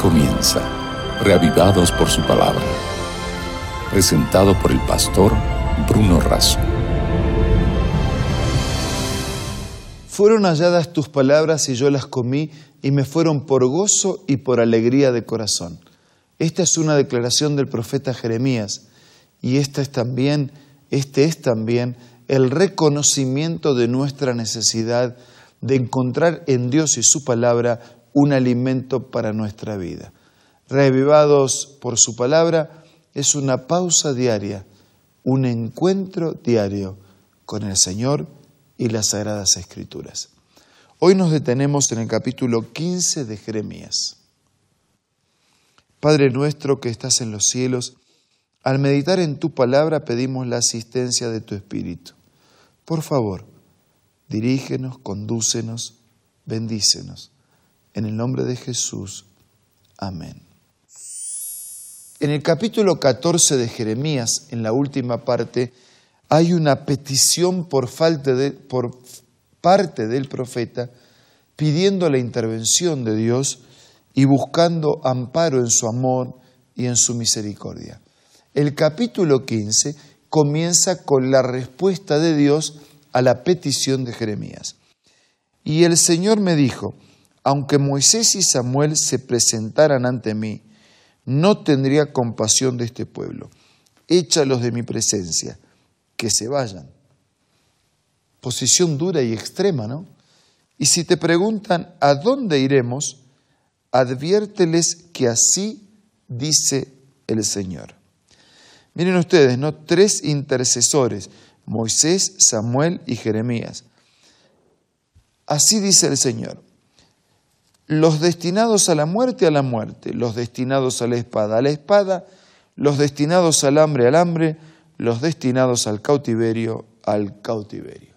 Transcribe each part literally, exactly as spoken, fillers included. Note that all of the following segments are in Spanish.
comienza, reavivados por su palabra. Presentado por el pastor Bruno Razo. Fueron halladas tus palabras y yo las comí, y me fueron por gozo y por alegría de corazón. Esta es una declaración del profeta Jeremías, y esta es también, este es también el reconocimiento de nuestra necesidad de encontrar en Dios y su palabra un alimento para nuestra vida. Reavivados por su palabra es una pausa diaria, un encuentro diario con el Señor y las Sagradas Escrituras. Hoy nos detenemos en el capítulo quince de Jeremías. Padre nuestro que estás en los cielos, al meditar en tu palabra pedimos la asistencia de tu Espíritu. Por favor, dirígenos, condúcenos, bendícenos. En el nombre de Jesús. Amén. En el capítulo catorce de Jeremías, en la última parte, hay una petición por, falta de, por parte del profeta pidiendo la intervención de Dios y buscando amparo en su amor y en su misericordia. El capítulo quince comienza con la respuesta de Dios a la petición de Jeremías. Y el Señor me dijo, aunque Moisés y Samuel se presentaran ante mí, no tendría compasión de este pueblo. Échalos de mi presencia, que se vayan. Posición dura y extrema, ¿no? Y si te preguntan, ¿a dónde iremos? Adviérteles que así dice el Señor. Miren ustedes, ¿no? Tres intercesores, Moisés, Samuel y Jeremías. Así dice el Señor. Los destinados a la muerte, a la muerte. Los destinados a la espada, a la espada. Los destinados al hambre, al hambre. Los destinados al cautiverio, al cautiverio.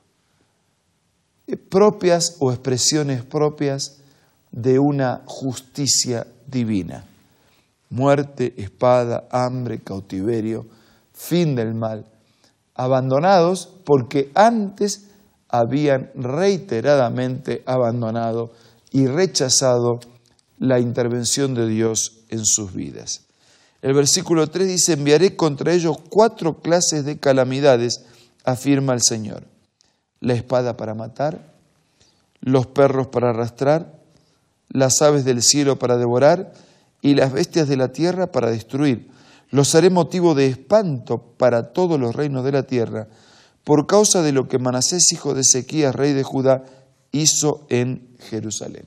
Propias o expresiones propias de una justicia divina. Muerte, espada, hambre, cautiverio, fin del mal. Abandonados porque antes habían reiteradamente abandonado y rechazado la intervención de Dios en sus vidas. El versículo tres dice, enviaré contra ellos cuatro clases de calamidades, afirma el Señor. La espada para matar, los perros para arrastrar, las aves del cielo para devorar y las bestias de la tierra para destruir. Los haré motivo de espanto para todos los reinos de la tierra, por causa de lo que Manasés, hijo de Ezequías, rey de Judá, hizo en Jerusalén.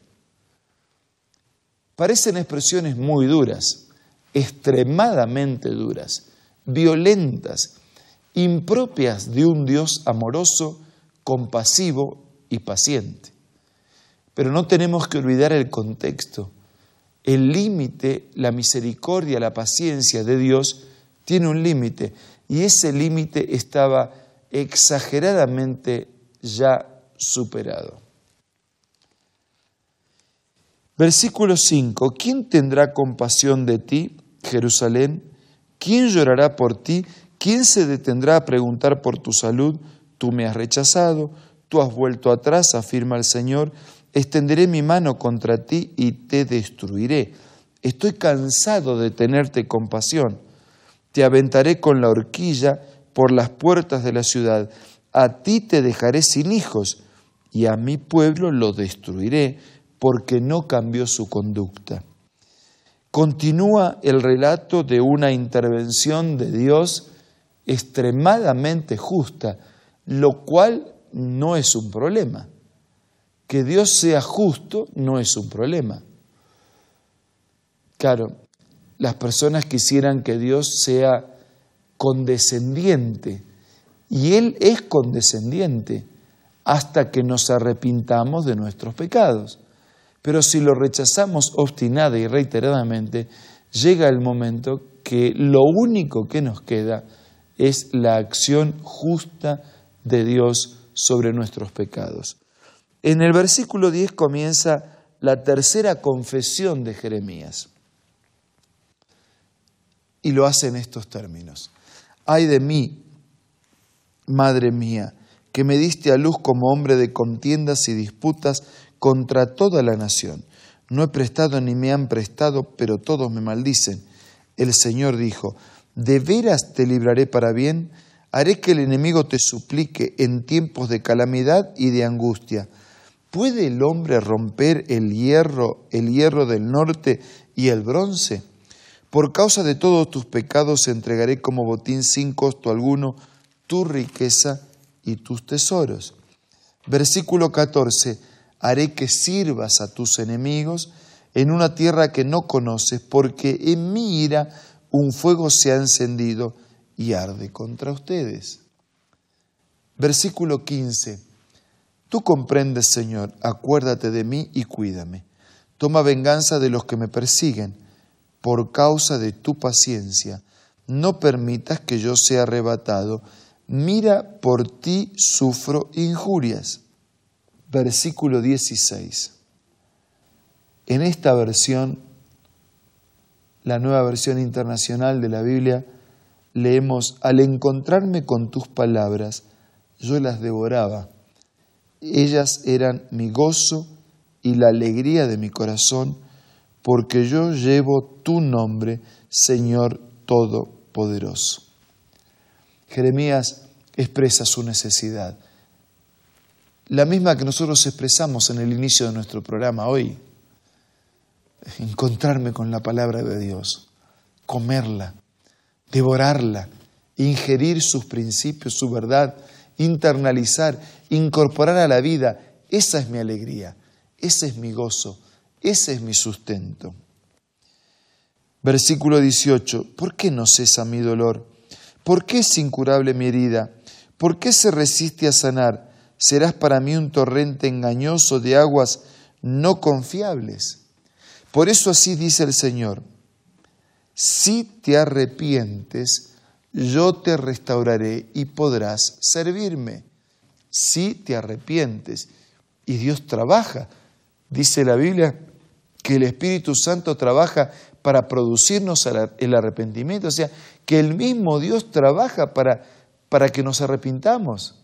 Parecen expresiones muy duras, extremadamente duras, violentas, impropias de un Dios amoroso, compasivo y paciente. Pero no tenemos que olvidar el contexto. El límite, la misericordia, la paciencia de Dios tiene un límite, y ese límite estaba exageradamente ya superado. Versículo cinco. ¿Quién tendrá compasión de ti, Jerusalén? ¿Quién llorará por ti? ¿Quién se detendrá a preguntar por tu salud? Tú me has rechazado, tú has vuelto atrás, afirma el Señor. Extenderé mi mano contra ti y te destruiré. Estoy cansado de tenerte compasión. Te aventaré con la horquilla por las puertas de la ciudad. A ti te dejaré sin hijos y a mi pueblo lo destruiré porque no cambió su conducta. Continúa el relato de una intervención de Dios extremadamente justa, lo cual no es un problema. Que Dios sea justo no es un problema. Claro, las personas quisieran que Dios sea condescendiente, y Él es condescendiente hasta que nos arrepintamos de nuestros pecados. Pero si lo rechazamos obstinada y reiteradamente, llega el momento que lo único que nos queda es la acción justa de Dios sobre nuestros pecados. En el versículo diez comienza la tercera confesión de Jeremías. Y lo hace en estos términos. Ay de mí, madre mía, que me diste a luz como hombre de contiendas y disputas contra toda la nación. No he prestado ni me han prestado, pero todos me maldicen. El Señor dijo, ¿de veras te libraré para bien? Haré que el enemigo te suplique en tiempos de calamidad y de angustia. ¿Puede el hombre romper el hierro, el hierro del norte y el bronce? Por causa de todos tus pecados entregaré como botín sin costo alguno tu riqueza y tus tesoros. Versículo catorce. Haré que sirvas a tus enemigos en una tierra que no conoces, porque en mi ira un fuego se ha encendido y arde contra ustedes. Versículo quince. Tú comprendes, Señor, acuérdate de mí y cuídame. Toma venganza de los que me persiguen, por causa de tu paciencia. No permitas que yo sea arrebatado. Mira, por ti sufro injurias. Versículo dieciséis. En esta versión, la nueva versión internacional de la Biblia, leemos, al encontrarme con tus palabras, yo las devoraba. Ellas eran mi gozo y la alegría de mi corazón, porque yo llevo tu nombre, Señor Todopoderoso. Jeremías expresa su necesidad, la misma que nosotros expresamos en el inicio de nuestro programa hoy. Encontrarme con la palabra de Dios, comerla, devorarla, ingerir sus principios, su verdad, internalizar, incorporar a la vida. Esa es mi alegría, ese es mi gozo, ese es mi sustento. Versículo dieciocho. ¿Por qué no cesa mi dolor? ¿Por qué es incurable mi herida? ¿Por qué se resiste a sanar? Serás para mí un torrente engañoso de aguas no confiables. Por eso así dice el Señor, si te arrepientes, yo te restauraré y podrás servirme. Si te arrepientes. Y Dios trabaja. Dice la Biblia que el Espíritu Santo trabaja para producirnos el arrepentimiento. O sea, que el mismo Dios trabaja para, para que nos arrepintamos.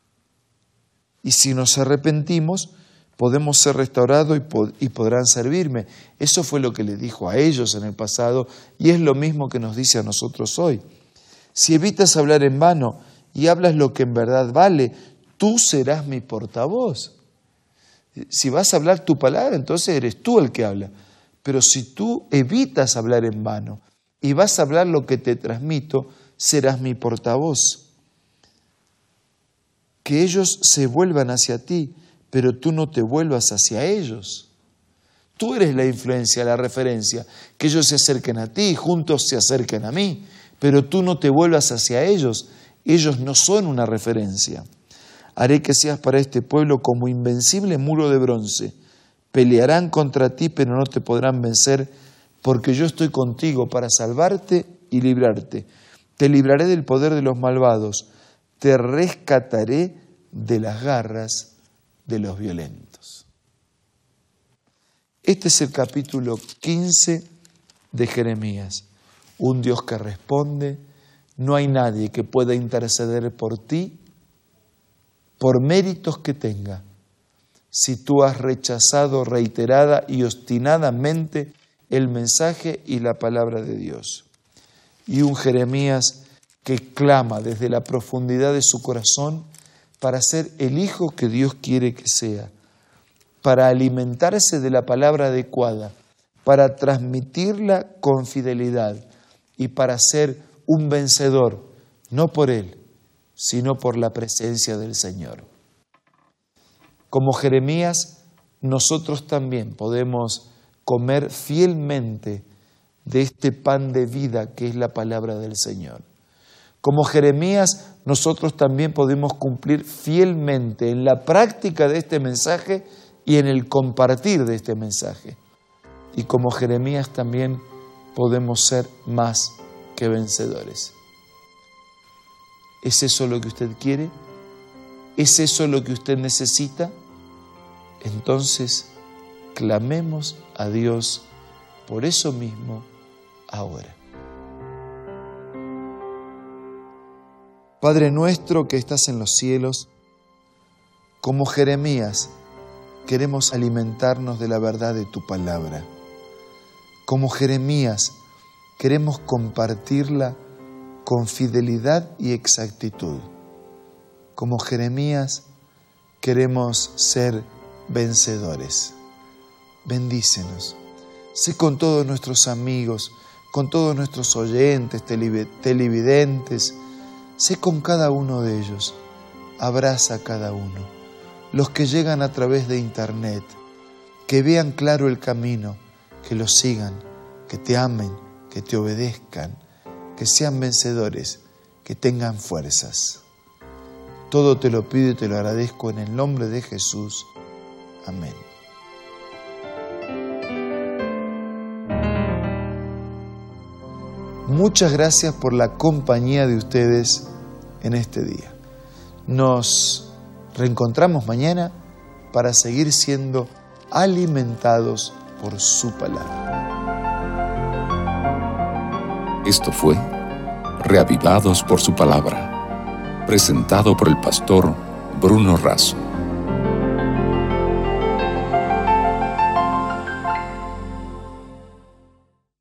Y si nos arrepentimos, podemos ser restaurados y, pod- y podrán servirme. Eso fue lo que le dijo a ellos en el pasado y es lo mismo que nos dice a nosotros hoy. Si evitas hablar en vano y hablas lo que en verdad vale, tú serás mi portavoz. Si vas a hablar tu palabra, entonces eres tú el que habla. Pero si tú evitas hablar en vano y vas a hablar lo que te transmito, serás mi portavoz. Que ellos se vuelvan hacia ti, pero tú no te vuelvas hacia ellos. Tú eres la influencia, la referencia. Que ellos se acerquen a ti, juntos se acerquen a mí, pero tú no te vuelvas hacia ellos. Ellos no son una referencia. Haré que seas para este pueblo como invencible muro de bronce. Pelearán contra ti, pero no te podrán vencer, porque yo estoy contigo para salvarte y librarte. Te libraré del poder de los malvados. Te rescataré de las garras de los violentos. Este es el capítulo quince de Jeremías. Un Dios que responde, no hay nadie que pueda interceder por ti, por méritos que tenga, si tú has rechazado reiterada y obstinadamente el mensaje y la palabra de Dios. Y un Jeremías que clama desde la profundidad de su corazón para ser el hijo que Dios quiere que sea, para alimentarse de la palabra adecuada, para transmitirla con fidelidad y para ser un vencedor, no por él, sino por la presencia del Señor. Como Jeremías, nosotros también podemos comer fielmente de este pan de vida que es la palabra del Señor. Como Jeremías, nosotros también podemos cumplir fielmente en la práctica de este mensaje y en el compartir de este mensaje. Y como Jeremías también podemos ser más que vencedores. ¿Es eso lo que usted quiere? ¿Es eso lo que usted necesita? Entonces, clamemos a Dios por eso mismo ahora. Padre nuestro que estás en los cielos, como Jeremías, queremos alimentarnos de la verdad de tu palabra. Como Jeremías, queremos compartirla con fidelidad y exactitud. Como Jeremías, queremos ser vencedores. Bendícenos. Sé con todos nuestros amigos, con todos nuestros oyentes, televidentes. Sé con cada uno de ellos. Abraza a cada uno. Los que llegan a través de internet, que vean claro el camino, que lo sigan, que te amen, que te obedezcan, que sean vencedores, que tengan fuerzas. Todo te lo pido y te lo agradezco en el nombre de Jesús. Amén. Muchas gracias por la compañía de ustedes en este día. Nos reencontramos mañana para seguir siendo alimentados por su palabra. Esto fue Reavivados por su palabra, presentado por el pastor Bruno Razo.